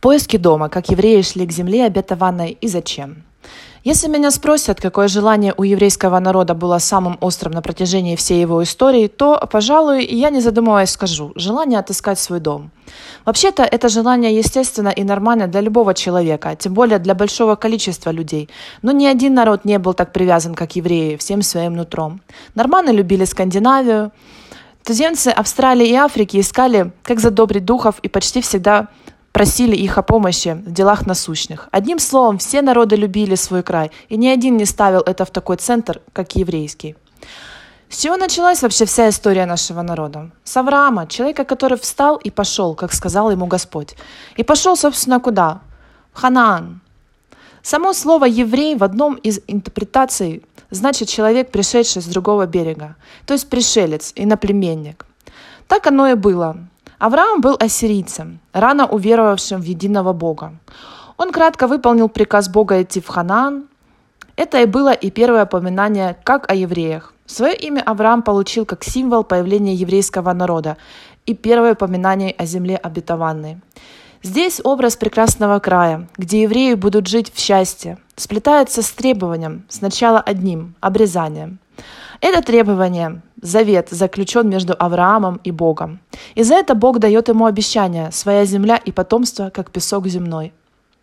поиске дома, как евреи шли к земле обетованной и зачем. Если меня спросят, какое желание у еврейского народа было самым острым на протяжении всей его истории, то, пожалуй, я не задумываясь скажу – желание отыскать свой дом. Вообще-то это желание естественно и нормально для любого человека, тем более для большого количества людей. Но ни один народ не был так привязан, как евреи, всем своим нутром. Норманы любили Скандинавию. Туземцы Австралии и Африки искали, как задобрить духов, и почти всегда просили их о помощи в делах насущных. Одним словом, все народы любили свой край, и ни один не ставил это в такой центр, как еврейский. С чего началась вообще вся история нашего народа? С Авраама, человека, который встал и пошел, как сказал ему Господь. И пошел, собственно, куда? В Ханаан. Само слово «еврей» в одном из интерпретаций значит «человек, пришедший с другого берега», то есть пришелец, иноплеменник. Так оно и было. Авраам был ассирийцем, рано уверовавшим в единого Бога. Он кратко выполнил приказ Бога идти в Ханаан. Это и было и первое упоминание как о евреях. Свое имя Авраам получил как символ появления еврейского народа и первое упоминание о земле обетованной. Здесь образ прекрасного края, где евреи будут жить в счастье, сплетается с требованием, сначала одним – обрезанием. Это требование, завет, заключен между Авраамом и Богом. И за это Бог дает ему обещание – своя земля и потомство, как песок земной.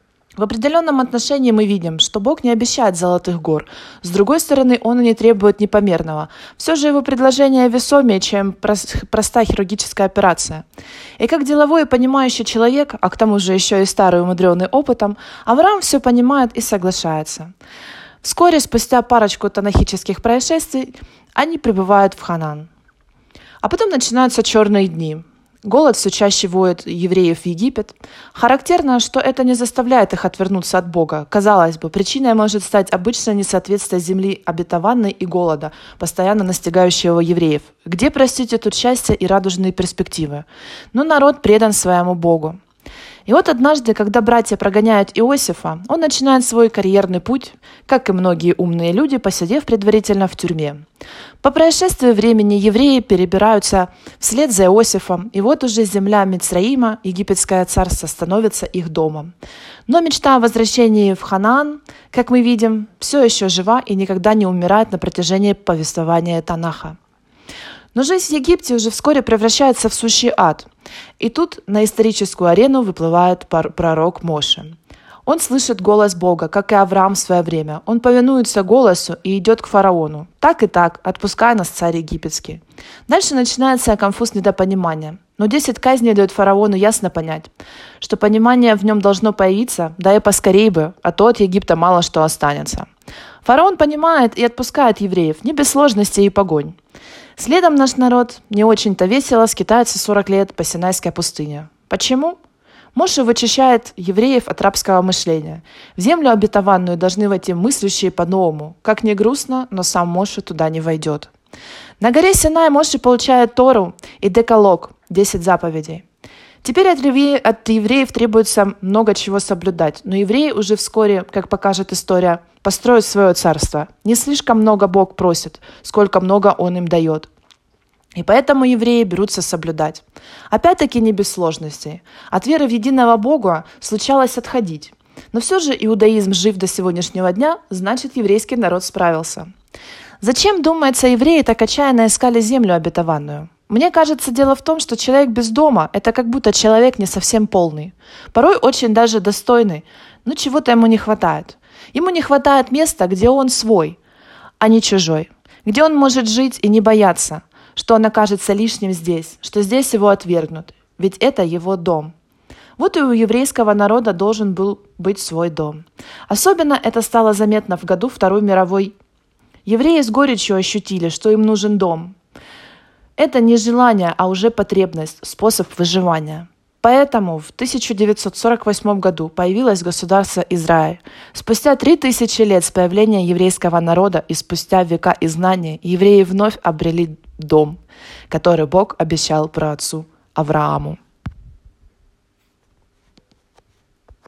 В определенном отношении мы видим, что Бог не обещает золотых гор. С другой стороны, Он и не требует непомерного. Все же его предложение весомее, чем простая хирургическая операция. И как деловой и понимающий человек, а к тому же еще и старый умудренный опытом, Авраам все понимает и соглашается. Вскоре, спустя парочку танахических происшествий, они прибывают в Ханаан. А потом начинаются черные дни. Голод все чаще вводит евреев в Египет. Характерно, что это не заставляет их отвернуться от Бога. Казалось бы, причиной может стать обычное несоответствие земли обетованной и голода, постоянно настигающего евреев. Где, простите, тут счастье и радужные перспективы? Но народ предан своему Богу. И вот однажды, когда братья прогоняют Иосифа, он начинает свой карьерный путь, как и многие умные люди, посидев предварительно в тюрьме. По происшествии времени евреи перебираются вслед за Иосифом, и вот уже земля Мицраима, египетское царство, становится их домом. Но мечта о возвращении в Ханаан, как мы видим, все еще жива и никогда не умирает на протяжении повествования Танаха. Но жизнь в Египте уже вскоре превращается в сущий ад. И тут на историческую арену выплывает пророк Моше. Он слышит голос Бога, как и Авраам в свое время. Он повинуется голосу и идет к фараону. Так и так, отпускай нас, царь египетский. Дальше начинается конфуз недопонимания. Но 10 казней дают фараону ясно понять, что понимание в нем должно появиться, да и поскорей бы, а то от Египта мало что останется. Фараон понимает и отпускает евреев, не без сложностей и погонь. Следом наш народ не очень-то весело скитается 40 лет по Синайской пустыне. Почему? Моше вычищает евреев от рабского мышления. В землю обетованную должны войти мыслящие по-новому. Как ни грустно, но сам Моше туда не войдет. На горе Синай Моше получает Тору и Декалог, 10 заповедей. Теперь от евреев требуется много чего соблюдать, но евреи уже вскоре, как покажет история, построят свое царство. Не слишком много Бог просит, сколько много Он им дает. И поэтому евреи берутся соблюдать. Опять-таки не без сложностей. От веры в единого Бога случалось отходить. Но все же иудаизм жив до сегодняшнего дня, значит, еврейский народ справился. Зачем, думается, евреи так отчаянно искали землю обетованную? Мне кажется, дело в том, что человек без дома – это как будто человек не совсем полный. Порой очень даже достойный, но чего-то ему не хватает. Ему не хватает места, где он свой, а не чужой. Где он может жить и не бояться, что он окажется лишним здесь, что здесь его отвергнут. Ведь это его дом. Вот и у еврейского народа должен был быть свой дом. Особенно это стало заметно в году Второй мировой. Евреи с горечью ощутили, что им нужен дом. Это не желание, а уже потребность, способ выживания. Поэтому в 1948 году появилось государство Израиль. Спустя 3000 лет с появления еврейского народа и спустя века изгнания евреи вновь обрели дом, который Бог обещал праотцу Аврааму.